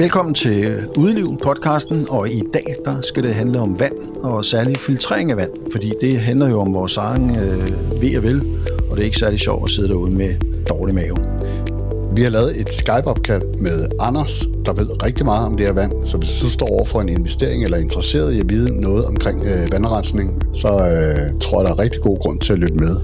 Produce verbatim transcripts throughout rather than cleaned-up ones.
Velkommen til Udeliv podcasten, og i dag der skal det handle om vand, og særlig filtrering af vand, fordi det handler jo om vores egen øh, ved og vel, og det er ikke særlig sjovt at sidde derude med dårlig mave. Vi har lavet et Skype-opkald med Anders, der ved rigtig meget om det her vand, så hvis du står over for en investering eller er interesseret i at vide noget omkring øh, vandrensning, så øh, tror jeg, der er rigtig god grund til at lytte med.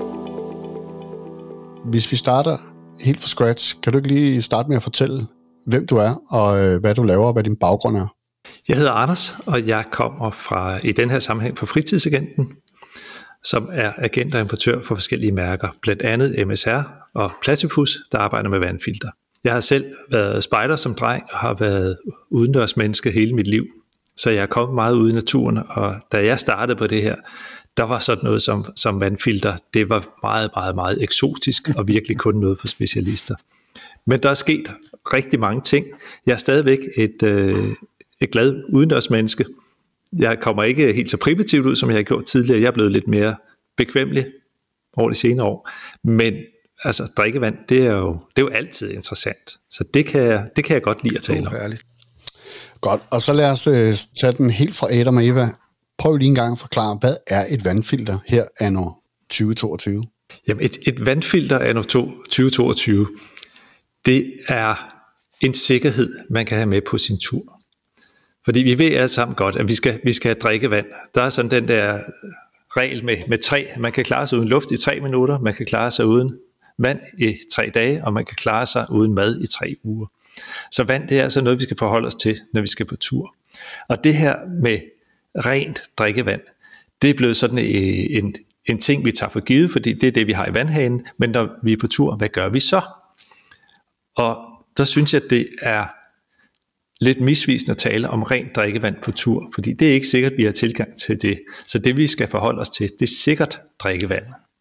Hvis vi starter helt fra scratch, kan du ikke lige starte med at fortælle, hvem du er, og øh, hvad du laver, og hvad din baggrund er? Jeg hedder Anders, og jeg kommer fra, i den her sammenhæng fra Fritidsagenten, som er agent og importør for forskellige mærker, blandt andet M S R og Platypus, der arbejder med vandfilter. Jeg har selv været spejder som dreng og har været udendørsmenneske hele mit liv, så jeg er kommet meget ude i naturen, og da jeg startede på det her, der var sådan noget som, som vandfilter, det var meget, meget, meget eksotisk og virkelig kun noget for specialister. Men der er sket rigtig mange ting. Jeg er stadigvæk et, øh, et glad udendørsmenneske. Jeg kommer ikke helt så primitivt ud, som jeg har gjort tidligere. Jeg er blevet lidt mere bekvemmelig over de senere år. Men altså, drikkevand, det er jo, det er jo altid interessant. Så det kan, jeg, det kan jeg godt lide at tale om. Oh, godt, og så lad os øh, tage den helt fra Adam og Eva. Prøv lige en gang at forklare, hvad er et vandfilter her anno tyve toogtyve? Jamen, et, et vandfilter anno tyve toogtyve, det er en sikkerhed, man kan have med på sin tur. Fordi vi ved alle sammen godt, at vi skal, vi skal have drikkevand. Der er sådan den der regel med, med tre. Man kan klare sig uden luft i tre minutter, man kan klare sig uden vand i tre dage, og man kan klare sig uden mad i tre uger. Så vand, det er altså noget, vi skal forholde os til, når vi skal på tur. Og det her med rent drikkevand, det er blevet sådan en, en, en ting, vi tager for givet, fordi det er det, vi har i vandhanen. Men når vi er på tur, hvad gør vi så? Og der synes jeg, at det er lidt misvisende at tale om rent drikkevand på tur, fordi det er ikke sikkert, at vi har tilgang til det. Så det, vi skal forholde os til, det er sikkert drikkevand.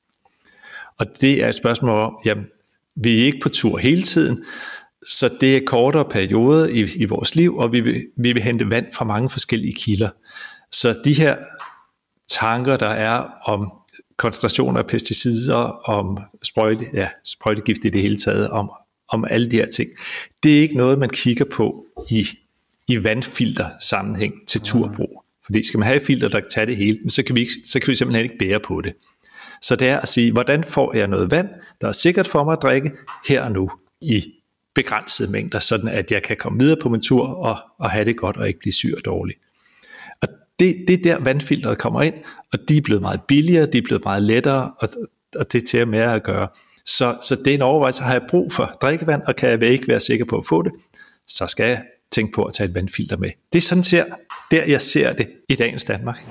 Og det er et spørgsmål om, jamen, vi er ikke på tur hele tiden, så det er kortere perioder i, i vores liv, og vi vil, vi vil hente vand fra mange forskellige kilder. Så de her tanker, der er om koncentrationer af pesticider, om sprøjte, ja, sprøjtegift i det hele taget, om om alle de her ting. Det er ikke noget, man kigger på i, i vandfilter sammenhæng til turbrug. Fordi skal man have et filter, der kan tage det hele, så kan, vi ikke, så kan vi simpelthen ikke bære på det. Så det er at sige, hvordan får jeg noget vand, der er sikkert for mig at drikke her og nu i begrænsede mængder, sådan at jeg kan komme videre på min tur og, og have det godt og ikke blive syg og dårlig. Og det, det er der vandfilteret kommer ind, og de er blevet meget billigere, de er blevet meget lettere, og, og det er til at mere at gøre. Så, så det er en overvejelse, har jeg brug for drikkevand, og kan jeg ikke være sikker på at få det, så skal jeg tænke på at tage et vandfilter med. Det er sådan ser, der jeg ser det i dagens Danmark.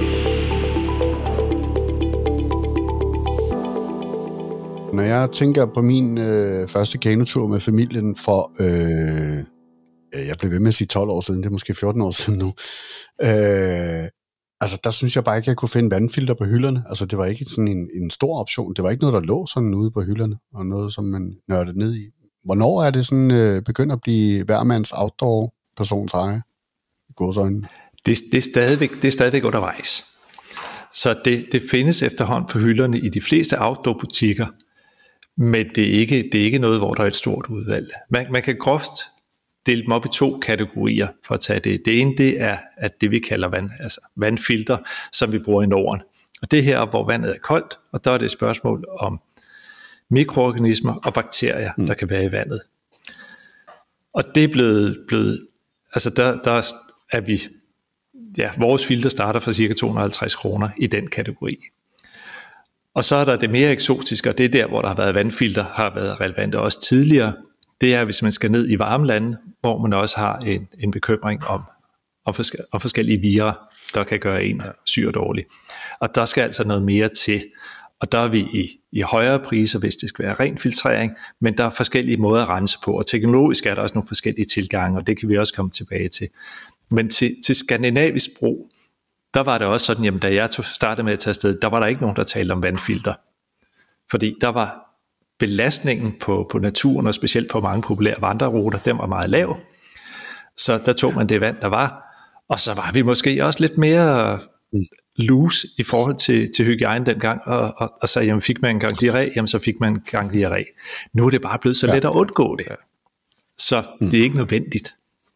Når jeg tænker på min øh, første kanotur med familien for, øh, jeg blev ved med at sige tolv år siden, det er måske fjorten år siden nu, øh, altså, der synes jeg bare ikke, at jeg kunne finde vandfilter på hylderne. Altså, det var ikke sådan en, en stor option. Det var ikke noget, der lå sådan ude på hylderne, og noget, som man nørdede ned i. Hvornår er det sådan øh, begyndt at blive hvermands outdoor-persons eje? I godsøjne. Det, det, er stadigvæk, det er stadigvæk undervejs. Så det, det findes efterhånden på hylderne i de fleste outdoor-butikker, men det er, ikke, det er ikke noget, hvor der er et stort udvalg. Man, man kan groft dele dem op i to kategorier for at tage det. Det ene, det er at det vi kalder vand, altså vandfilter, som vi bruger i Norden. Og det her, hvor vandet er koldt, og der er det et spørgsmål om mikroorganismer og bakterier, mm. der kan være i vandet. Og det er blevet, blevet altså der, der er vi, ja, vores filter starter fra cirka to hundrede og halvtreds kroner i den kategori. Og så er der det mere eksotiske, og det er der, hvor der har været vandfilter, har været relevante også tidligere. Det er, hvis man skal ned i varme lande, hvor man også har en, en bekymring om, om, forske, om forskellige virer, der kan gøre en syg og dårlig. Og der skal altså noget mere til. Og der er vi i, i højere priser, hvis det skal være ren filtrering, men der er forskellige måder at rense på, og teknologisk er der også nogle forskellige tilgange, og det kan vi også komme tilbage til. Men til, til skandinavisk brug, der var det også sådan, jamen da jeg startede med at tage afsted, der var der ikke nogen, der talte om vandfilter. Fordi der var belastningen på, på naturen, og specielt på mange populære vandreruter, den var meget lav. Så der tog man det vand, der var, og så var vi måske også lidt mere loose i forhold til, til hygiejne dengang, og, og, og så jamen, fik man en gang diarré, jamen så fik man en gang diarré. Nu er det bare blevet så ja. let at undgå det. Så mm. det er ikke nødvendigt.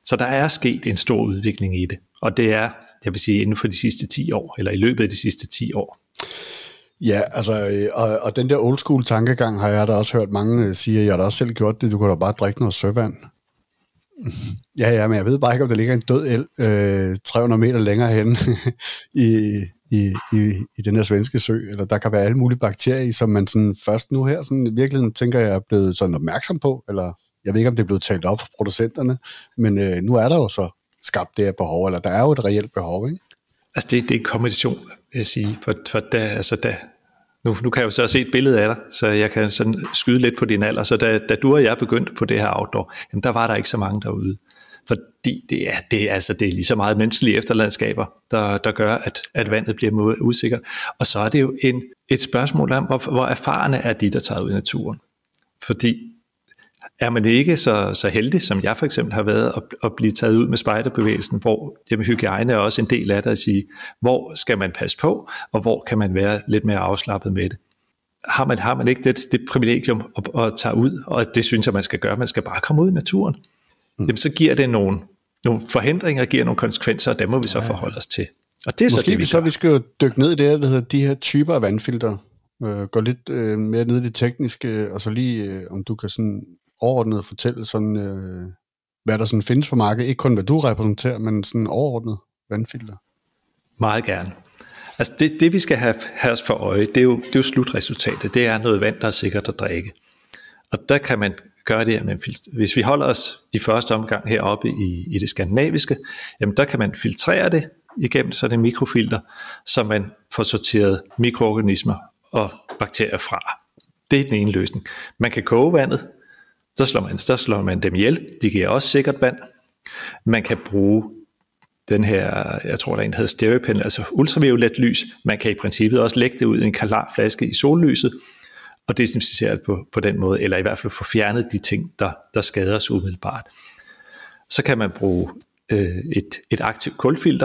Så der er sket en stor udvikling i det, og det er, jeg vil sige, inden for de sidste ti år, eller i løbet af de sidste ti år. Ja, altså, og, og den der old school tankegang har jeg da også hørt mange sige, jeg har da også selv gjort det, du kan da bare drikke noget søvand. Ja, ja, men jeg ved bare ikke, om der ligger en død el øh, tre hundrede meter længere hen i, i, i, i den her svenske sø, eller der kan være alle mulige bakterier i, som man sådan først nu her, sådan i virkeligheden tænker jeg er blevet sådan opmærksom på, eller jeg ved ikke, om det er blevet talt op for producenterne, men øh, nu er der jo så skabt det her behov, eller der er jo et reelt behov, ikke? Altså det, det er en kombination, vil jeg sige, for, for da, altså da, nu, nu kan jeg jo så se et billede af dig, så jeg kan sådan skyde lidt på din alder, så da, da du og jeg begyndte på det her outdoor, jamen der var der ikke så mange derude, fordi det er, det er, altså, det er lige så meget menneskelige efterlandskaber, der, der gør, at, at vandet bliver usikkert, og så er det jo en, et spørgsmål om, hvor, hvor erfarne er de, der tager ud i naturen, fordi er man ikke så, så heldig, som jeg for eksempel har været, at, at blive taget ud med spejderbevægelsen, hvor jamen, hygiejne er også en del af det at sige, hvor skal man passe på, og hvor kan man være lidt mere afslappet med det. Har man, har man ikke det, det privilegium at, at tage ud, og det synes jeg, man skal gøre, man skal bare komme ud i naturen, mm. jamen, så giver det nogle, nogle forhindringer, giver nogle konsekvenser, og dem må vi så ja. forholde os til. Og det er Måske så det, vi, så vi skal jo dykke ned i det her, der hedder de her typer af vandfilter, øh, gå lidt øh, mere ned i det tekniske, og så lige, øh, om du kan sådan overordnet fortælle sådan, øh, hvad der sådan findes på markedet, ikke kun hvad du repræsenterer, men sådan overordnet vandfilter. Meget gerne. Altså det, det vi skal have, have os for øje, det er, jo, det er jo slutresultatet, det er noget vand, der er sikkert at drikke. Og der kan man gøre det her med en filter. Hvis vi holder os i første omgang heroppe i, i det skandinaviske, jamen der kan man filtrere det igennem sådan en mikrofilter, så man får sorteret mikroorganismer og bakterier fra. Det er den ene løsning. Man kan koge vandet, Så slår, man, så slår man dem ihjel. De giver også sikkert vand. Man kan bruge den her, jeg tror der er en, der hedder StereoPen, altså ultraviolet lys. Man kan i princippet også lægge det ud i en klar flaske i sollyset, og desinficere det på, på den måde, eller i hvert fald få fjernet de ting, der, der skader os umiddelbart. Så kan man bruge øh, et, et aktivt kulfilter,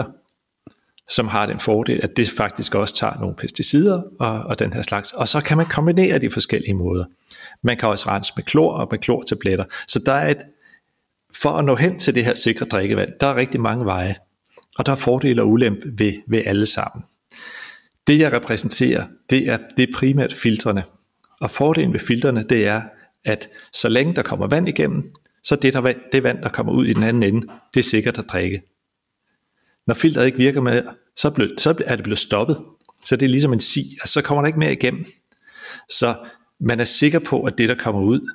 som har den fordel, at det faktisk også tager nogle pesticider og, og den her slags. Og så kan man kombinere de forskellige måder. Man kan også rense med klor og med klortabletter. Så der er et, for at nå hen til det her sikre drikkevand, der er rigtig mange veje. Og der er fordele og ulempe ved, ved alle sammen. Det jeg repræsenterer, det er, det er primært filtrene. Og fordelen ved filtrene, det er, at så længe der kommer vand igennem, så det, der, det vand, der kommer ud i den anden ende, det er sikkert at drikke. Når filteret ikke virker med, så, ble, så er det blevet stoppet. Så det er ligesom en si, altså så kommer der ikke mere igennem. Så man er sikker på, at det der kommer ud,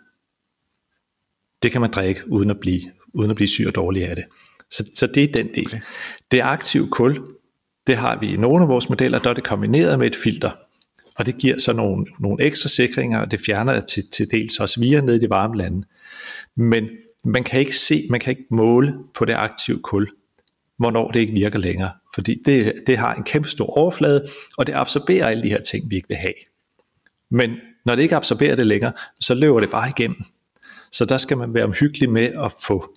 det kan man drikke uden at blive, uden at blive syg og dårlig af det. Så, så det er den del. Okay. Det aktive kul, det har vi i nogle af vores modeller, der er det kombineret med et filter. Og det giver så nogle, nogle ekstra sikringer, og det fjerner til, til dels også via ned i de varme lande. Men man kan ikke se, man kan ikke måle på det aktive kul, hvornår det ikke virker længere. Fordi det, det har en kæmpe stor overflade, og det absorberer alle de her ting, vi ikke vil have. Men når det ikke absorberer det længere, så løber det bare igennem. Så der skal man være omhyggelig med at få,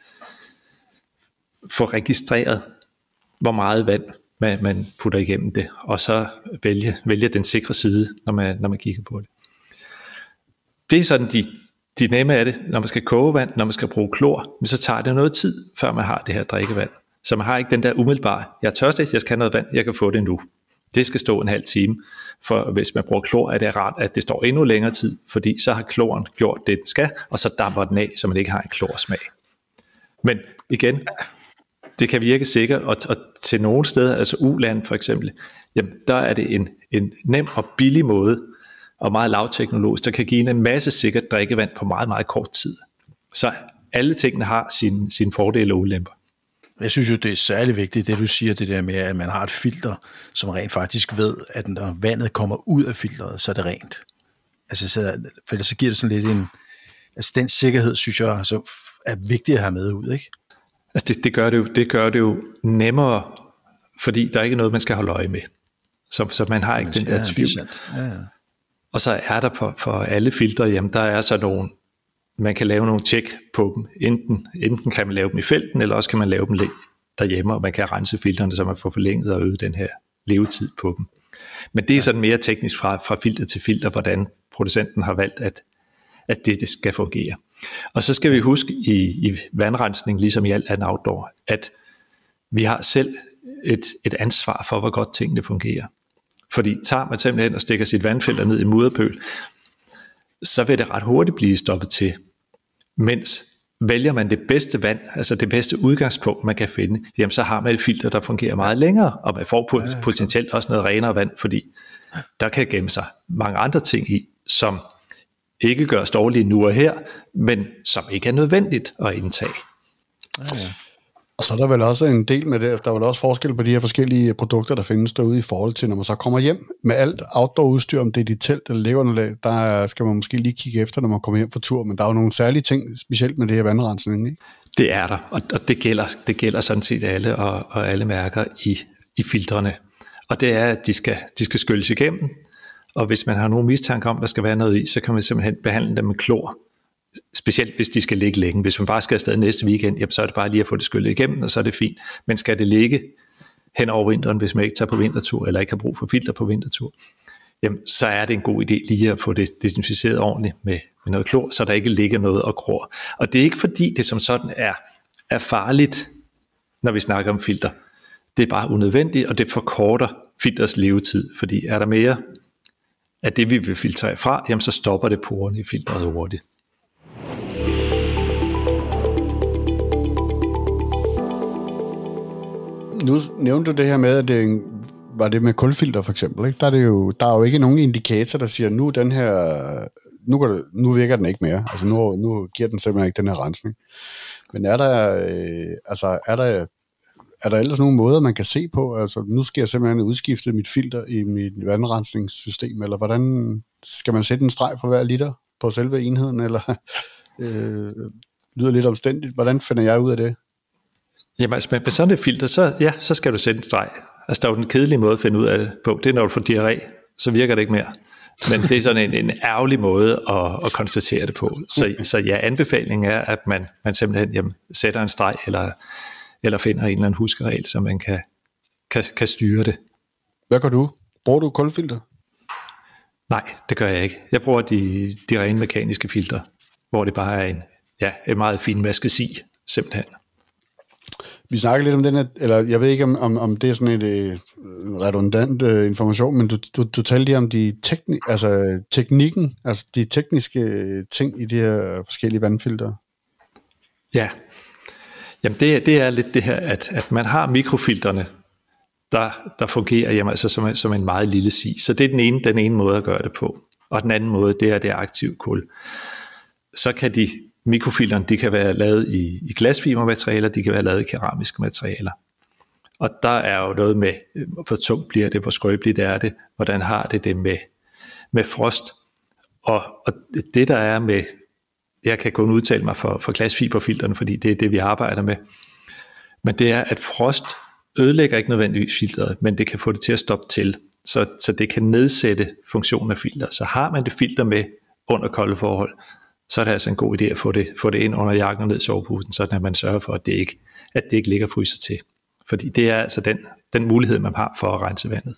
få registreret, hvor meget vand man, man putter igennem det, og så vælge, vælge den sikre side, når man, når man kigger på det. Det er sådan de, de nemme af det. Når man skal koge vand, når man skal bruge klor, så tager det noget tid, før man har det her drikkevand. Så man har ikke den der umiddelbare, jeg er tørstig, jeg skal have noget vand, jeg kan få det nu. Det skal stå en halv time, for hvis man bruger klor, er det rart, at det står endnu længere tid, fordi så har kloren gjort det, den skal, og så damper den af, så man ikke har en klorsmag. Men igen, det kan virke sikkert, og, og til nogle steder, altså U-land for eksempel, jamen der er det en, en nem og billig måde, og meget lavteknologisk, der kan give en masse sikkert drikkevand på meget, meget kort tid. Så alle tingene har sine sin fordele og ulemper. Jeg synes jo, det er særlig vigtigt, det du siger, det der med, at man har et filter, som rent faktisk ved, at når vandet kommer ud af filteret, så er det rent. Altså, så, for så giver det sådan lidt en, altså den sikkerhed, synes jeg, så er vigtigt at have med ud, ikke? Altså det, det, gør det, jo, det gør det jo nemmere, fordi der er ikke noget, man skal holde øje med. Så, så man har ikke ja, den der tvivl. Ja, ja. Og så er der for, for alle filtre, jamen der er så nogle, man kan lave nogle tjek på dem. Enten, enten kan man lave dem i felten, eller også kan man lave dem derhjemme, og man kan rense filterne, så man får forlænget og øget den her levetid på dem. Men det er sådan mere teknisk fra, fra filter til filter, hvordan producenten har valgt, at, at det, det skal fungere. Og så skal vi huske i, i vandrensning, ligesom i alt andet outdoor, at vi har selv et, et ansvar for, hvor godt tingene fungerer. Fordi tager man simpelthen og stikker sit vandfilter ned i mudderpøl, så vil det ret hurtigt blive stoppet til. Mens vælger man det bedste vand, altså det bedste udgangspunkt, man kan finde, jamen så har man et filter, der fungerer meget længere, og man får potentielt også noget renere vand, fordi der kan gemme sig mange andre ting i, som ikke gøres dårlige nu og her, men som ikke er nødvendigt at indtage. Ja, ja. Og så er der vel også en del med det, der er vel også forskel på de her forskellige produkter, der findes derude i forhold til, når man så kommer hjem med alt outdoor-udstyr, om det er dit telt eller liggeunderlag, der skal man måske lige kigge efter, når man kommer hjem fra tur, men der er jo nogle særlige ting, specielt med det her vandrensning, ikke? Det er der, og det gælder, det gælder sådan set alle og, og alle mærker i, i filtrene. Og det er, at de skal, de skal skylles igennem, og hvis man har nogen mistanke om, der skal være noget i, så kan man simpelthen behandle dem med klor. Specielt hvis de skal ligge længe. Hvis man bare skal afsted næste weekend, jamen, så er det bare lige at få det skyllet igennem, og så er det fint. Men skal det ligge hen over vinteren, hvis man ikke tager på vintertur, eller ikke har brug for filter på vintertur, jamen, så er det en god idé lige at få det desinficeret ordentligt med, med noget klor, så der ikke ligger noget og gror. Og det er ikke fordi, det som sådan er, er farligt, når vi snakker om filter. Det er bare unødvendigt, og det forkorter filters levetid, fordi er der mere af det, vi vil filtrere fra, jamen, så stopper det porerne i filteret hurtigt. Nu nævnte du det her med, at det var det med kulfilter for eksempel, ikke? Der er det jo, der er jo ikke nogen indikator, der siger, nu den her, nu, går det, nu virker den ikke mere. Altså nu, nu giver den simpelthen ikke den her rensning. Men er der, øh, altså er der, er der ellers nogle måder, man kan se på? Altså nu skal jeg simpelthen udskifte mit filter i mit vandrensningssystem, eller hvordan skal man sætte en streg for hver liter på selve enheden, eller øh, lyder lidt omstændigt. Hvordan finder jeg ud af det? Jamen altså med sådan et filter, så, ja, så skal du sætte en streg. Altså der er jo den kedelige måde at finde ud af det på. Det er, når du får diarré, så virker det ikke mere. Men det er sådan en, en ærgerlig måde at, at konstatere det på. Så, så ja, anbefalingen er, at man, man simpelthen jamen, sætter en streg, eller, eller finder en eller anden huskeregel, så man kan, kan, kan styre det. Hvad gør du? Bruger du kulfilter? Nej, det gør jeg ikke. Jeg bruger de, de rene mekaniske filter, hvor det bare er en, ja, en meget fin vaskesi, simpelthen. Vi snakker lidt om den her, eller jeg ved ikke, om, om, om det er sådan et øh, redundant øh, information, men du, du, du talte lige om de tekni, altså teknikken, altså de tekniske ting i de her forskellige vandfilter. Ja, jamen det, det er lidt det her, at, at man har mikrofilterne, der, der fungerer jamen, altså som, som en meget lille si. Så det er den ene, den ene måde at gøre det på. Og den anden måde, det er det aktive kul. Så kan de mikrofilterne, de kan være lavet i, i glasfibermaterialer, de kan være lavet i keramiske materialer. Og der er jo noget med, hvor tungt bliver det, hvor skrøbeligt er det, hvordan har det det med, med frost. Og, og det der er med, jeg kan kun udtale mig for, for glasfiberfilterne, fordi det er det, vi arbejder med, men det er, at frost ødelægger ikke nødvendigvis filteret, men det kan få det til at stoppe til, så, så det kan nedsætte funktionen af filter. Så har man det filter med under kolde forhold, så er det altså en god idé at få det, få det ind under jakken og ned i soveposen, sådan at man sørger for, at det ikke, at det ikke ligger og fryser til. Fordi det er altså den, den mulighed, man har for at rense vandet.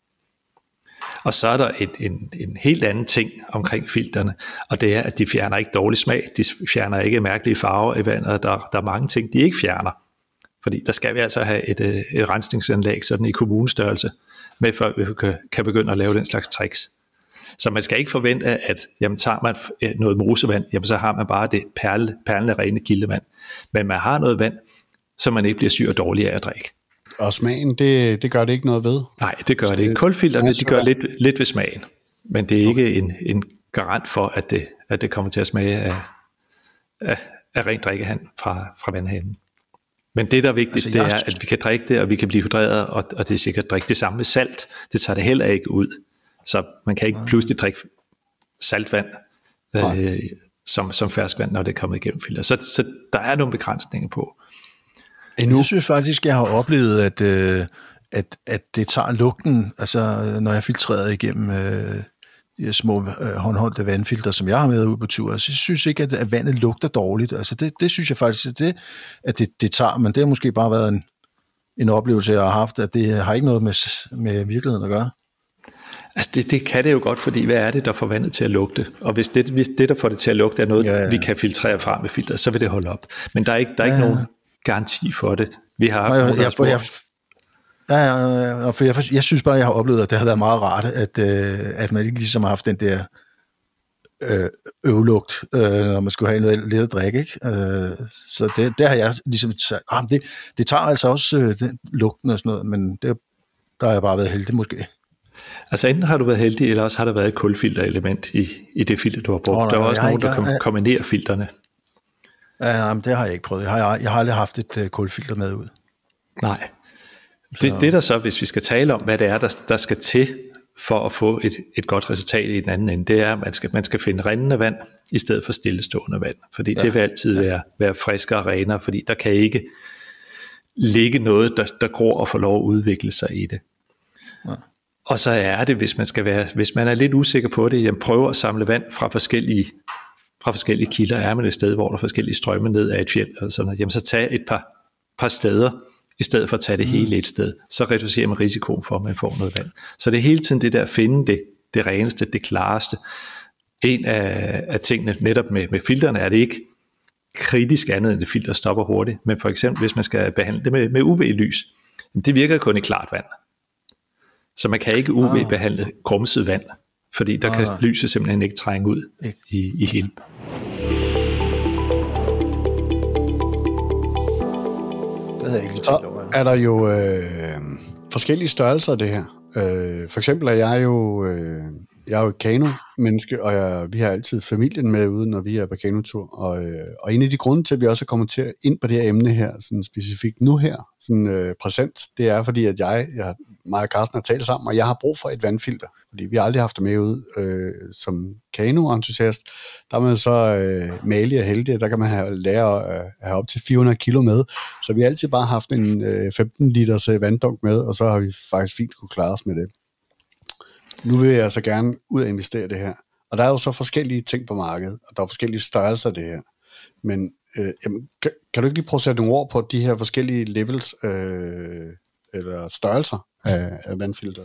Og så er der et, en, en helt anden ting omkring filterne, og det er, at de fjerner ikke dårlig smag, de fjerner ikke mærkelige farver i vandet, og der, der er mange ting, de ikke fjerner. Fordi der skal vi altså have et, et rensningsanlæg sådan i kommunestørrelse, med for at vi kan begynde at lave den slags tricks. Så man skal ikke forvente, at jamen, tager man noget mosevand, jamen, så har man bare det perle, perlende rene kildevand. Men man har noget vand, så man ikke bliver syg og dårlig af at drikke. Og smagen, det, det gør det ikke noget ved? Nej, det gør så det ikke. Kulfilterne, de gør lidt, lidt ved smagen. Men det er ikke en, en garant for, at det, at det kommer til at smage af, af, af rent drikkevand fra, fra vandhanen. Men det, der er vigtigt, altså, det er, at vi kan drikke det, og vi kan blive hydreret, og, og det er sikkert at drikke det samme med salt. Det tager det heller ikke ud. Så man kan ikke pludselig drikke saltvand øh, som, som ferskvand, når det er kommet igennem filter. Så, så der er nogle begrænsninger på. Endnu. Jeg synes faktisk, jeg har oplevet, at, øh, at, at det tager lugten, altså når jeg filtrerer igennem øh, de små øh, håndholdte vandfilter, som jeg har med ude på tur, så synes jeg ikke, at, at vandet lugter dårligt. Altså det, det synes jeg faktisk, at det, at det, det tager, men det har måske bare været en, en oplevelse, jeg har haft, at det har ikke noget med, med virkeligheden at gøre. Altså det, det kan det jo godt, fordi hvad er det, der får vandet til at lugte? Og hvis det, hvis det der får det til at lugte, er noget, ja, ja. vi kan filtrere fra med filter, så vil det holde op. Men der er ikke, der er ja. ikke nogen garanti for det. Vi har haft ja, nogen, jeg, jeg, jeg, ja, ja, for jeg, jeg synes bare, jeg har oplevet, at det har været meget rart, at, øh, at man ikke ligesom har haft den der øh, øvelugt, øh, når man skulle have noget lidt at drikke. Ikke? Øh, så det, det har jeg ligesom sagt, ah, det, det tager altså også øh, den lugten og sådan noget, men det, der har jeg bare været heldig måske. Altså enten har du været heldig, eller også har der været et kulfilterelement i, i det filter, du har brugt. Oh, nej, der er også nogen, der kan kombinere filterne. Ja, nej, men det har jeg ikke prøvet. Jeg har, jeg har aldrig haft et uh, kulfilter med ud. Nej. Det, det der så, hvis vi skal tale om, hvad det er, der, der skal til for at få et, et godt resultat i den anden ende, det er, at man skal, man skal finde rindende vand i stedet for stillestående vand. Fordi ja. det vil altid ja. være, være friskere og renere, fordi der kan ikke ligge noget, der, der gror og får lov at udvikle sig i det. Ja. Og så er det, hvis man skal være, hvis man er lidt usikker på det, jamen prøv at samle vand fra forskellige, fra forskellige kilder. Er man et sted, hvor der er forskellige strømme ned af et fjeld, eller sådan noget, jamen så tag et par, par steder, i stedet for at tage det mm. hele et sted. Så reducerer man risikoen for, at man får noget vand. Så det er hele tiden det der at finde det, det reneste, det klareste. En af, af tingene netop med, med filterne er det ikke kritisk andet, end det filter stopper hurtigt. Men for eksempel, hvis man skal behandle det med, med U V-lys, det virker kun i klart vand. Så man kan ikke U V-behandle ah. grumset vand, fordi der ah. kan lyset simpelthen ikke trænge ud i, i hele. Det havde jeg ikke så er der jo øh, forskellige størrelser af det her. Øh, for eksempel er jeg jo, øh, jeg er jo et kano-menneske, og jeg, vi har altid familien med ude, når vi er på kanotur. Og, øh, og en af de grunde til, at vi også er kommet til ind på det her emne her, sådan specifikt nu her, sådan øh, præsent, det er fordi, at jeg, jeg mig og Carsten har talt sammen, og jeg har brug for et vandfilter, fordi vi har aldrig haft det med ude øh, som kano-entusiast. Der er man så øh, malig og heldig, der kan man have, lære at øh, have op til fire hundrede kilo med, så vi har altid bare haft en øh, femten liters øh, vanddunk med, og så har vi faktisk fint kunne klare os med det. Nu vil jeg altså gerne ud og investere det her, og der er jo så forskellige ting på markedet, og der er forskellige størrelser af det her, men øh, jamen, kan, kan du ikke lige prøve at sætte nogle ord på de her forskellige levels, øh, eller størrelser af, af vandfilter?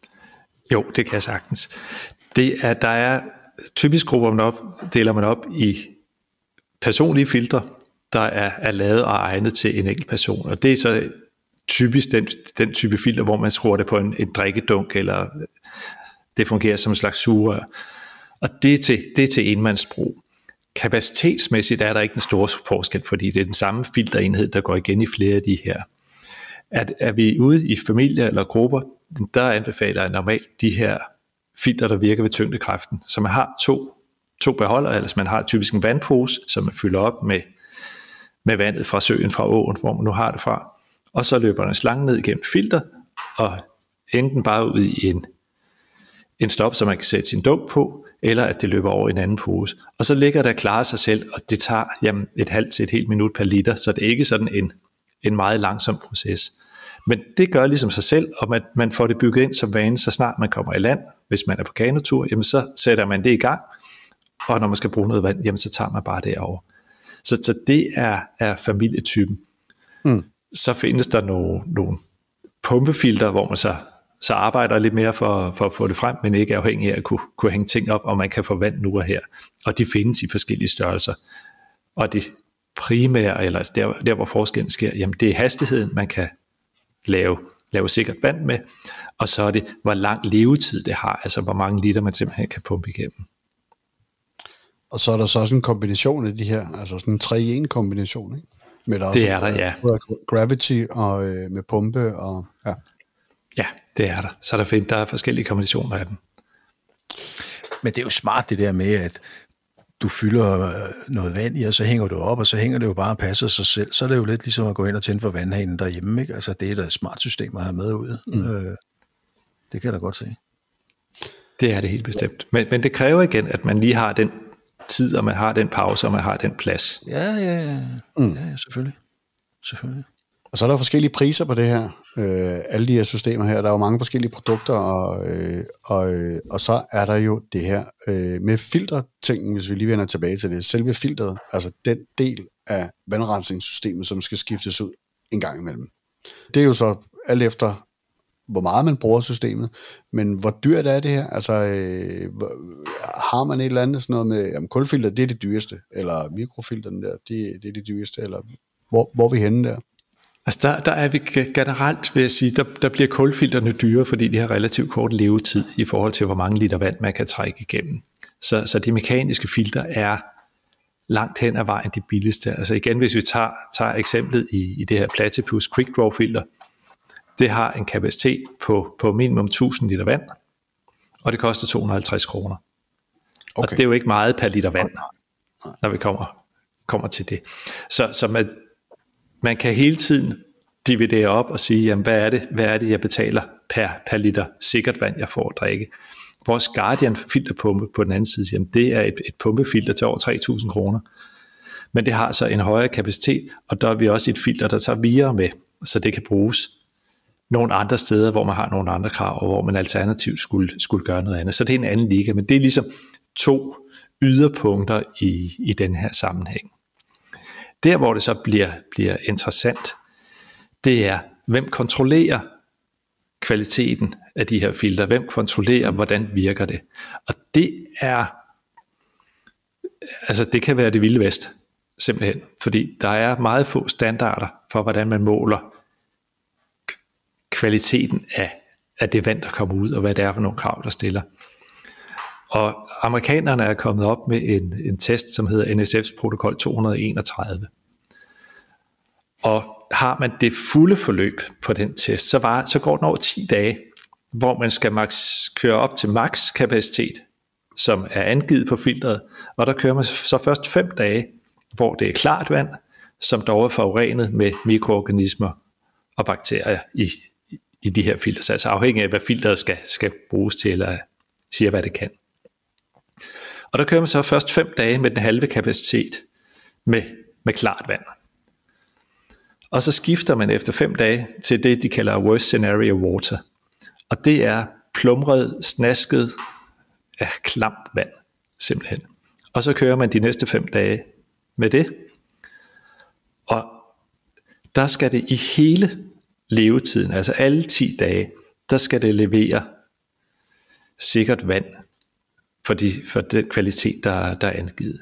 Jo, det kan jeg sagtens. Det er, der er typisk grupper man op, deler man op i personlige filtre, der er, er lavet og egnet til en enkelt person, og det er så typisk den, den type filter, hvor man skruer det på en, en drikkedunk, eller det fungerer som en slags sugerør. Og det er til, det er til enmandsbrug. Kapacitetsmæssigt er der ikke en stor forskel, fordi det er den samme filterenhed, der går igen i flere af de her. Er, er vi ude i familier eller grupper, der anbefaler jeg normalt de her filter, der virker ved tyngdekraften. Så man har to, to beholdere, eller man har typisk en vandpose, som man fylder op med, med vandet fra søen, fra åen, hvor man nu har det fra. Og så løber der en slange ned igennem filter, og enten bare ud i en, en stop, så man kan sætte sin dunk på, eller at det løber over i en anden pose. Og så ligger der klare sig selv, og det tager jamen, et halvt til et helt minut per liter, så det er ikke sådan en, en meget langsom proces. Men det gør ligesom sig selv, og man, man får det bygget ind som vane, så snart man kommer i land. Hvis man er på kanotur, jamen så sætter man det i gang, og når man skal bruge noget vand, jamen så tager man bare det over. Så, så det er, er familietypen. Hmm. Så findes der nogle, nogle pumpefilter, hvor man så, så arbejder lidt mere for, for at få det frem, men ikke er afhængig af at kunne, kunne hænge ting op, og man kan få vand nu og her. Og de findes i forskellige størrelser. Og det primære, eller der, der hvor forskellen sker, jamen det er hastigheden, man kan lave, lave sikkert vand med, og så er det, hvor lang levetid det har, altså hvor mange liter man simpelthen kan pumpe igennem. Og så er der så også en kombination af de her, altså sådan en tre i en kombination, ikke? Med der det er der, ja. Gravity og øh, med pumpe og ja. Ja, det er der. Så der, find, der er forskellige kombinationer af dem. Men det er jo smart det der med, at du fylder noget vand i, og så hænger du op, og så hænger det jo bare og passer sig selv. Så er det jo lidt ligesom at gå ind og tænde for vandhanen derhjemme, ikke? Altså det er da et smart system at have med ud. Mm. Øh, det kan jeg da godt se. Det er det helt bestemt. Men, men det kræver igen, at man lige har den tid, og man har den pause, og man har den plads. Ja, ja, ja. Mm. Ja, selvfølgelig. Selvfølgelig. Og så er der forskellige priser på det her. Øh, alle de her systemer her. Der er jo mange forskellige produkter, og, øh, og, øh, og så er der jo det her øh, med filtertingen, hvis vi lige vender tilbage til det. Selve filteret, altså den del af vandrensningssystemet, som skal skiftes ud en gang imellem. Det er jo så alt efter, hvor meget man bruger systemet, men hvor dyrt er det her? Altså, øh, har man et eller andet sådan noget med, jamen kulfilter, det er det dyreste, eller mikrofilterne der, det, det er det dyreste, eller hvor, hvor er vi henne der? Altså der, der er vi generelt, vil jeg sige, der, der bliver kulfilterne dyre, fordi de har relativt kort levetid i forhold til, hvor mange liter vand man kan trække igennem. Så, så de mekaniske filter er langt hen ad vejen de billigste. Altså igen, hvis vi tager, tager eksemplet i, i det her Platypus Quick Draw filter, det har en kapacitet på, på minimum tusind liter vand, og det koster to hundrede og halvtreds kroner. Okay. Og det er jo ikke meget per liter vand, når vi kommer, kommer til det. Så, så man, man kan hele tiden dividere op og sige, jamen, hvad er det, hvad er det jeg betaler per, per liter sikkert vand, jeg får at drikke. Vores Guardian filterpumpe på den anden side, jamen, det er et, et pumpefilter til over tre tusind kroner. Men det har så en højere kapacitet, og der er vi også et filter, der tager vira med, så det kan bruges nogle andre steder, hvor man har nogle andre krav, og hvor man alternativt skulle, skulle gøre noget andet. Så det er en anden liga, men det er ligesom to yderpunkter i, i den her sammenhæng. Der, hvor det så bliver, bliver interessant, det er, hvem kontrollerer kvaliteten af de her filter? Hvem kontrollerer, hvordan virker det? Og det er, altså det kan være det vilde vest, simpelthen, fordi der er meget få standarder for, hvordan man måler kvaliteten af, af det vand, der kommer ud, og hvad det er for nogle krav, der stiller. Og amerikanerne er kommet op med en, en test, som hedder N S F's protokol to hundrede og enogtredive. Og har man det fulde forløb på den test, så, var, så går den over ti dage, hvor man skal max, køre op til max kapacitet, som er angivet på filteret, og der kører man så først fem dage, hvor det er klart vand, som dog er forurenet med mikroorganismer og bakterier i, i de her filter, altså afhængig af, hvad filteret skal, skal bruges til, eller siger, hvad det kan. Og der kører man så først fem dage med den halve kapacitet med, med klart vand. Og så skifter man efter fem dage til det, de kalder worst scenario water. Og det er plumret, snasket, ja, klamt vand, simpelthen. Og så kører man de næste fem dage med det. Og der skal det i hele levetiden, altså alle ti dage, der skal det levere sikkert vand for, de, for den kvalitet, der, der er angivet.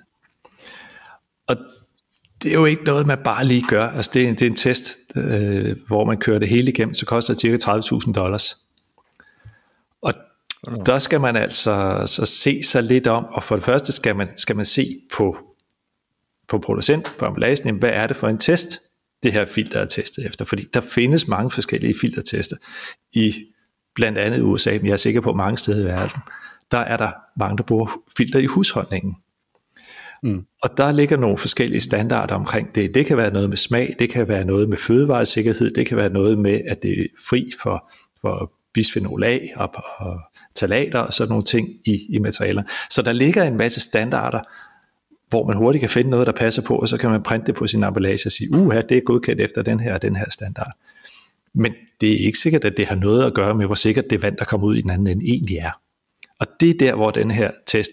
Og det er jo ikke noget, man bare lige gør. Altså det, er en, det er en test, øh, hvor man kører det hele igennem, så koster det cirka tredive tusind dollars. Og okay. Der skal man altså så se sig lidt om, og for det første skal man, skal man se på, på producent, på emballagen, hvad er det for en test, det her filter er testet efter. Fordi der findes mange forskellige filtertester i blandt andet U S A, men jeg er sikker på mange steder i verden. Der er der mange, der bruger filter i husholdningen. Mm. Og der ligger nogle forskellige standarder omkring det. Det kan være noget med smag, det kan være noget med fødevaresikkerhed, det kan være noget med, at det er fri for, for bisphenol A og, og ftalater og sådan nogle ting i, i materialer. Så der ligger en masse standarder, hvor man hurtigt kan finde noget, der passer på, og så kan man printe det på sin emballage og sige, uha, det er godkendt efter den her og den her standard. Men det er ikke sikkert, at det har noget at gøre med, hvor sikkert det vand, der kommer ud i den anden ende, egentlig er. Og det er der, hvor den her test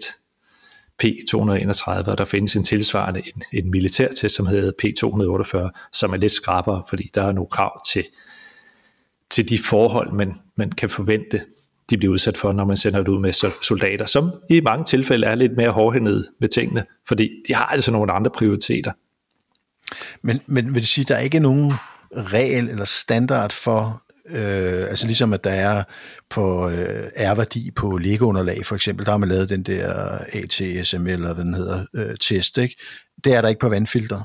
P to hundrede og enogtredive, og der findes en tilsvarende en, en militærtest, som hedder P to hundrede og otteogfyrre, som er lidt skrappere, fordi der er nogle krav til, til de forhold, man, man kan forvente, de bliver udsat for, når man sender det ud med soldater, som i mange tilfælde er lidt mere hårdhændede med tingene, fordi de har altså nogle andre prioriteter. Men, men vil det sige, at der er ikke nogen regel eller standard for, øh, altså ligesom at der er på øh, R-værdi på Lego-underlag for eksempel, der har man lavet den der A T S M L, eller hvad den hedder, øh, test, ikke? Det er der ikke på vandfilter.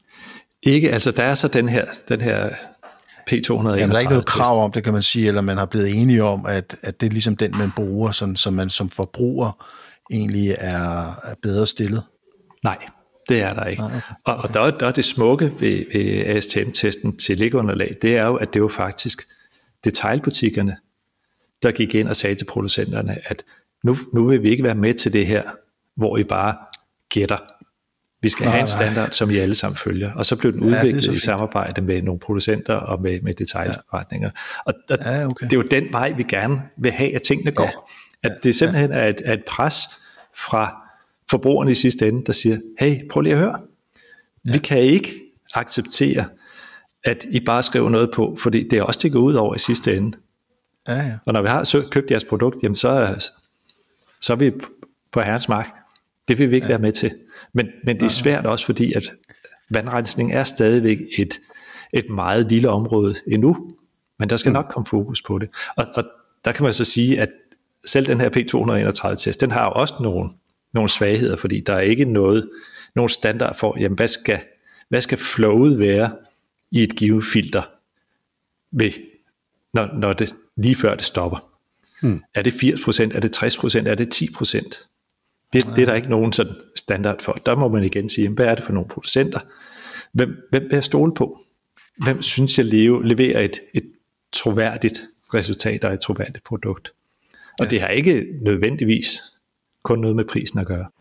Ikke, altså der er så den her, den her P to hundrede og enogtredive. Jamen, der er ikke noget krav om det, kan man sige, eller man har blevet enige om, at, at det er ligesom den, man bruger, sådan, så man som forbruger egentlig er, er bedre stillet. Nej, det er der ikke. Nej, okay. Og, og der, der er det smukke ved, ved A S T M-testen til Lego-underlag, det er jo, at det er jo faktisk detailbutikkerne, der gik ind og sagde til producenterne, at nu, nu vil vi ikke være med til det her, hvor I bare gætter. Vi skal nej, have en standard, nej. som I alle sammen følger. Og så blev den udviklet ja, i samarbejde med nogle producenter og med, med detailforretninger. Ja. Og der, ja, okay. det er jo den vej, vi gerne vil have, at tingene går. Ja. At det simpelthen er et, er et pres fra forbrugerne i sidste ende, der siger, hey, prøv lige at høre. Ja. Vi kan ikke acceptere, at I bare skriver noget på, fordi det er også det går ud over i sidste ende. Ja, ja. Og når vi har købt jeres produkt, jamen så, er, så er vi på herrens mark. Det vil vi ikke ja. være med til. Men, men det er svært også, fordi at vandrensning er stadigvæk et, et meget lille område endnu, men der skal mm. nok komme fokus på det. Og, og der kan man så sige, at selv den her P to enogtredive test, den har jo også nogle, nogle svagheder, fordi der er ikke noget, nogen standard for, jamen hvad skal, hvad skal flowet være i et givet filter, ved, når, når det, lige før det stopper. Mm. Er det firs procent, er det tres procent, er det ti procent? Det, det er der ikke nogen sådan standard for. Der må man igen sige, hvad er det for nogle producenter? Hvem, hvem vil jeg stole på? Hvem synes jeg leve, leverer et, et troværdigt resultat og et troværdigt produkt? Og ja. det har ikke nødvendigvis kun noget med prisen at gøre.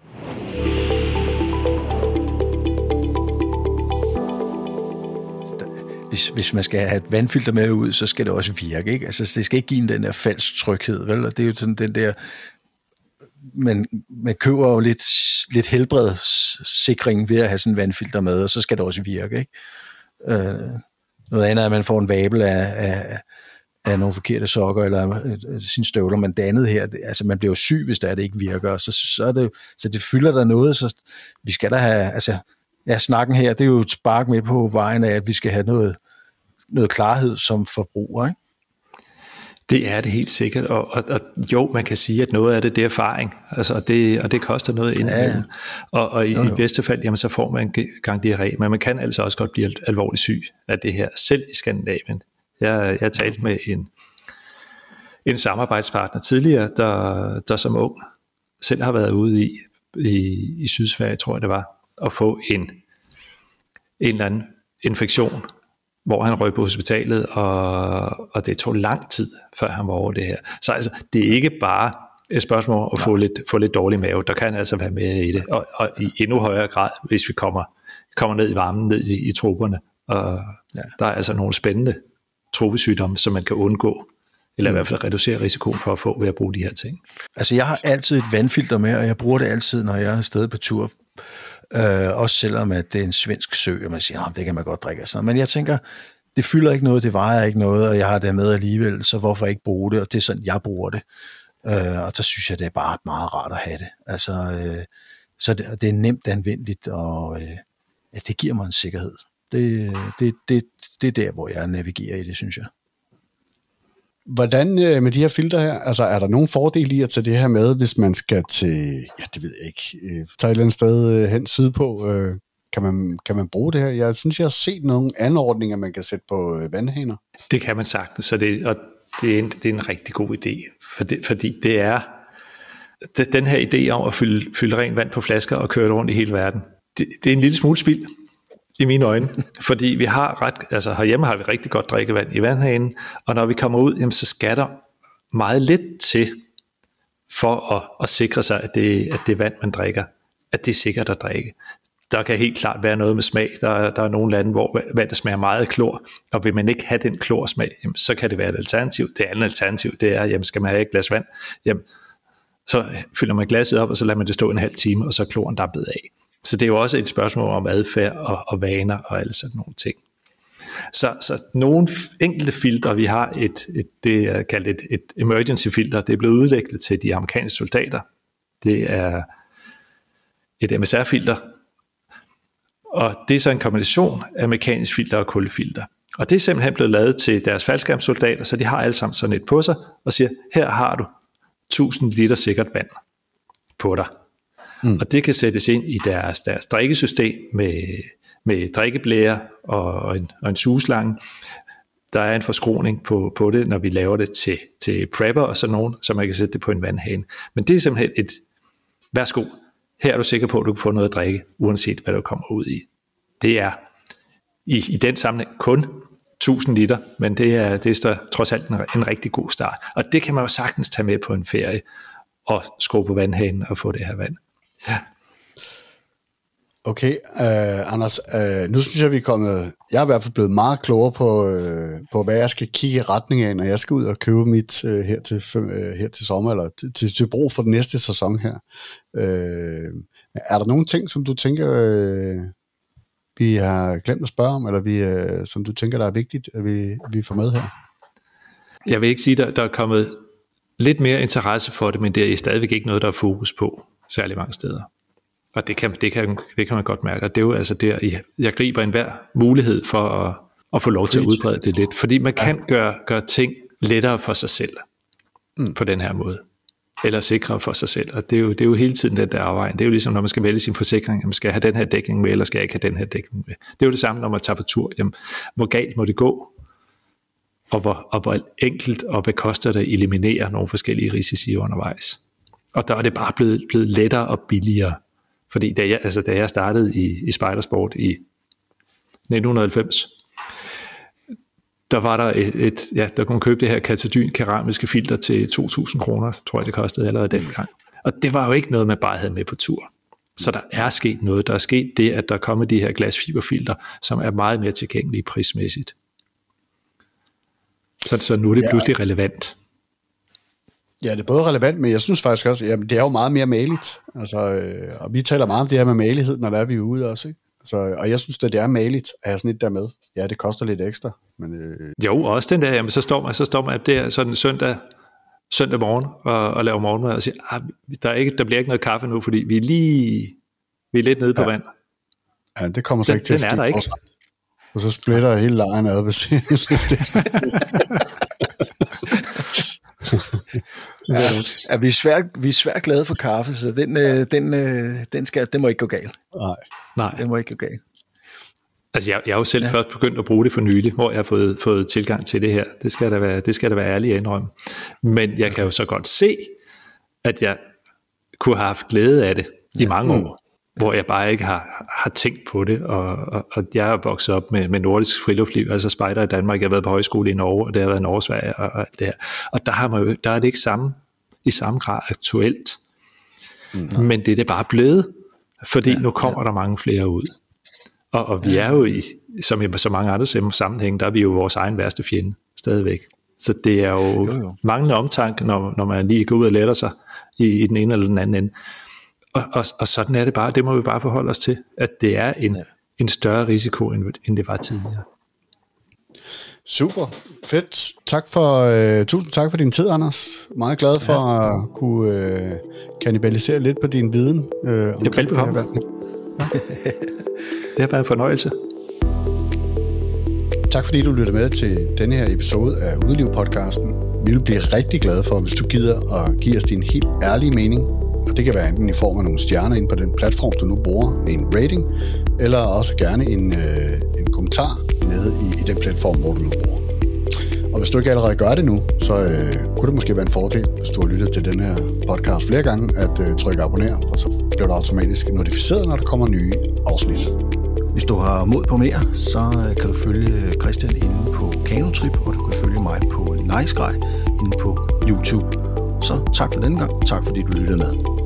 Hvis, hvis man skal have et vandfilter med ud, så skal det også virke, ikke? Altså, det skal ikke give den der falsk tryghed, vel? Og det er jo sådan den der, man, man køber jo lidt, lidt helbredssikring ved at have sådan en vandfilter med, og så skal det også virke, ikke? Øh, noget andet er, at man får en vabel af, af, af nogle forkerte sokker eller sine støvler, men det andet her, det, altså man bliver jo syg, hvis det, er, det ikke virker, så, så, er det, så det fylder der noget, så vi skal da have, altså, ja, snakken her, det er jo et spark med på vejen af, at vi skal have noget, noget klarhed som forbruger, ikke? Det er det helt sikkert, og, og, og jo, man kan sige, at noget af det, det er erfaring, altså, og, det, og det koster noget indimellem, ja, ja. og, og i, jo, jo. i bedste fald, jamen, så får man en gang diarré, men man kan altså også godt blive alvorligt syg af det her, selv i Skandinavien. Jeg, jeg talte med en, en samarbejdspartner tidligere, der, der som ung selv har været ude i, i, i Sydsverige, tror jeg det var, at få en, en eller anden infektion, hvor han røg på hospitalet, og, og det tog lang tid, før han var over det her. Så altså, det er ikke bare et spørgsmål om at få lidt, få lidt dårlig mave. Der kan altså være mere i det, og, og i endnu højere grad, hvis vi kommer, kommer ned i varmen, ned i, i troberne. Og ja. Der er altså nogle spændende tropesygdomme, som man kan undgå, eller i hvert fald reducere risikoen for at få ved at bruge de her ting. Altså, jeg har altid et vandfilter med, og jeg bruger det altid, når jeg er afsted på tur. Øh, også selvom at det er en svensk sø, og man siger, at det kan man godt drikke. Altså. Men jeg tænker, det fylder ikke noget, det vejer ikke noget, og jeg har det med alligevel, så hvorfor ikke bruge det? Og det er sådan, jeg bruger det. Øh, og så synes jeg, det er bare meget rart at have det. Altså, øh, så det, det er nemt anvendeligt, og øh, ja, det giver mig en sikkerhed. Det, det, det, det er der, hvor jeg navigerer i det, synes jeg. Hvordan øh, med de her filter her, altså er der nogen fordele i at tage det her med, hvis man skal til, ja det ved jeg ikke, øh, tage et eller andet sted øh, hen sydpå, øh, kan, man, kan man bruge det her? Jeg synes, jeg har set nogle anordninger, man kan sætte på øh, vandhaner. Det kan man sagtens, så det, og det er, en, det er en rigtig god idé, for det, fordi det er, det, den her idé om at fylde, fylde rent vand på flasker og køre det rundt i hele verden, det, det er en lille smule spild. I mine øjne, fordi vi har ret, altså herhjemme har vi rigtig godt drikkevand i vandhanen, og når vi kommer ud, jamen, så skal der meget lidt til for at, at sikre sig, at det, at det vand, man drikker, at det er sikkert at drikke. Der kan helt klart være noget med smag. Der, der er nogle lande, hvor vandet smager meget klor, og vil man ikke have den klorsmag, jamen, så kan det være et alternativ. Det andet alternativ, det er, jamen, skal man have et glas vand, jamen, så fylder man glasset op, og så lader man det stå en halv time, og så er kloren dampet af. Så det er jo også et spørgsmål om adfærd og, og vaner og alle sådan nogle ting. Så, så nogle enkelte filtre, vi har et, et det er kaldt et, et emergency filter, det er blevet udviklet til de amerikanske soldater. Det er et M S R-filter, og det er så en kombination af mekanisk filter og kulfilter. Og det er simpelthen blevet lavet til deres faldskærmssoldater, så de har alle sammen sådan et på sig, og siger, her har du tusind liter sikkert vand på dig. Mm. Og det kan sættes ind i deres, deres drikkesystem med, med drikkeblære og en, og en sugeslange. Der er en forskroning på, på det, når vi laver det til, til prepper og sådan nogen, så man kan sætte det på en vandhane. Men det er simpelthen et, værsgo, her er du sikker på, at du kan få noget at drikke, uanset hvad du kommer ud i. Det er i, i den sammenhæng kun tusind liter, men det er, det er trods alt en, en rigtig god start. Og det kan man jo sagtens tage med på en ferie og skrue på vandhanen og få det her vand. Ja. Okay, uh, Anders, uh, nu synes jeg, vi er kommet, jeg er i hvert fald blevet meget klogere på, uh, på hvad jeg skal kigge i retning af, når jeg skal ud og købe mit uh, her, til, uh, her til sommer, eller til, til, til brug for den næste sæson her. Uh, er der nogle ting, som du tænker, uh, vi har glemt at spørge om, eller vi, uh, som du tænker, der er vigtigt, at vi, vi får med her? Jeg vil ikke sige, at der er kommet lidt mere interesse for det, men det er stadigvæk ikke noget, der er fokus på særlig mange steder. Og det kan, det kan, det kan man godt mærke. Og det er jo altså der, jeg griber enhver mulighed for at, at få lov til at udbrede det lidt. Fordi man kan gøre, gøre ting lettere for sig selv mm. på den her måde. Eller sikre for sig selv. Og det er, jo, det er jo hele tiden den der afvejning. Det er jo ligesom, når man skal vælge sin forsikring. Jamen, skal jeg have den her dækning med, eller skal jeg ikke have den her dækning med? Det er jo det samme, når man tager på tur. Jamen, hvor galt må det gå? Og hvor, og hvor enkelt og hvad koster det at eliminere nogle forskellige risici undervejs. Og der er det bare blevet, blevet lettere og billigere. Fordi da jeg, altså, da jeg startede i, i spejdersport i nitten halvfems, der var der et, et ja, der kunne man købe det her Katadyn keramiske filter til to tusind kroner, tror jeg det kostede allerede dengang. Og det var jo ikke noget, man bare havde med på tur. Så der er sket noget. Der er sket det, at der er kommet de her glasfiberfilter, som er meget mere tilgængelige prismæssigt. Så, så nu er det pludselig ja. relevant. Ja, det er både relevant, men jeg synes faktisk også, at det er jo meget mere maligt. Altså, øh, og vi taler meget om det her med malighed, når der er vi er ude også, ikke? Altså, og jeg synes, at det er maligt at have sådan et der med. Ja, det koster lidt ekstra. Men, øh... Jo, også den der, jamen, så står man, så står man der sådan søndag, søndag morgen og, og laver morgenmad og siger, ah, der, er ikke, der bliver ikke noget kaffe nu, fordi vi er lige vi er lidt nede på ja. vand. Ja, det kommer så den, ikke til at ske. Den er der ikke. Og så splitter hele lejren ad, hvis ja, ja, vi, er svært, vi er svært glade for kaffe, så den, øh, den, øh, den, skal, den må ikke gå galt. Nej. Nej. Den må ikke gå galt. Altså jeg, jeg har jo selv ja. først begyndt at bruge det for nylig, hvor jeg har fået, fået tilgang til det her. Det skal da være, det skal da være ærlig at indrømme. Men jeg kan jo så godt se, at jeg kunne have haft glæde af det i mange år, mm. hvor jeg bare ikke har, har tænkt på det. Og, og, og jeg er vokset op med, med nordisk friluftsliv, altså spejder i Danmark. Jeg har været på højskole i Norge, og det har været Norge, Sverige og, og alt det her. Og der, har man jo, der er det ikke samme, i samme grad aktuelt. Mm. Men det er det bare blevet, fordi ja, nu kommer ja. der mange flere ud. Og, og vi er jo i, som i så mange andre sammenhæng, der er vi jo vores egen værste fjende stadigvæk. Så det er jo, jo, jo. manglende omtanke, når, når man lige går ud og letter sig i, i den ene eller den anden ende. Og, og, og sådan er det bare, det må vi bare forholde os til, at det er en, ja. en større risiko, end, end det var tidligere. Super, fedt. Tak for, øh, tusind tak for din tid, Anders. Meget glad for ja. at kunne øh, kannibalisere lidt på din viden. Øh, det er velbekomme. Ja. Det har været en fornøjelse. Tak fordi du lytter med til denne her episode af Udeliv-podcasten. Vi vil blive rigtig glade for, hvis du gider at give os din helt ærlige mening. Og det kan være enten i form af nogle stjerner inde på den platform, du nu bruger, en rating, eller også gerne en, øh, en kommentar nede i, i den platform, hvor du nu bruger. Og hvis du ikke allerede gør det nu, så øh, kunne det måske være en fordel, hvis du har lyttet til den her podcast flere gange, at øh, trykke abonner, for så bliver du automatisk notificeret, når der kommer nye afsnit. Hvis du har mod på mere, så kan du følge Christian inde på Kanotrip, og du kan følge mig på Nice Guy inde på YouTube. Så tak for denne gang. Tak fordi du lyttede med.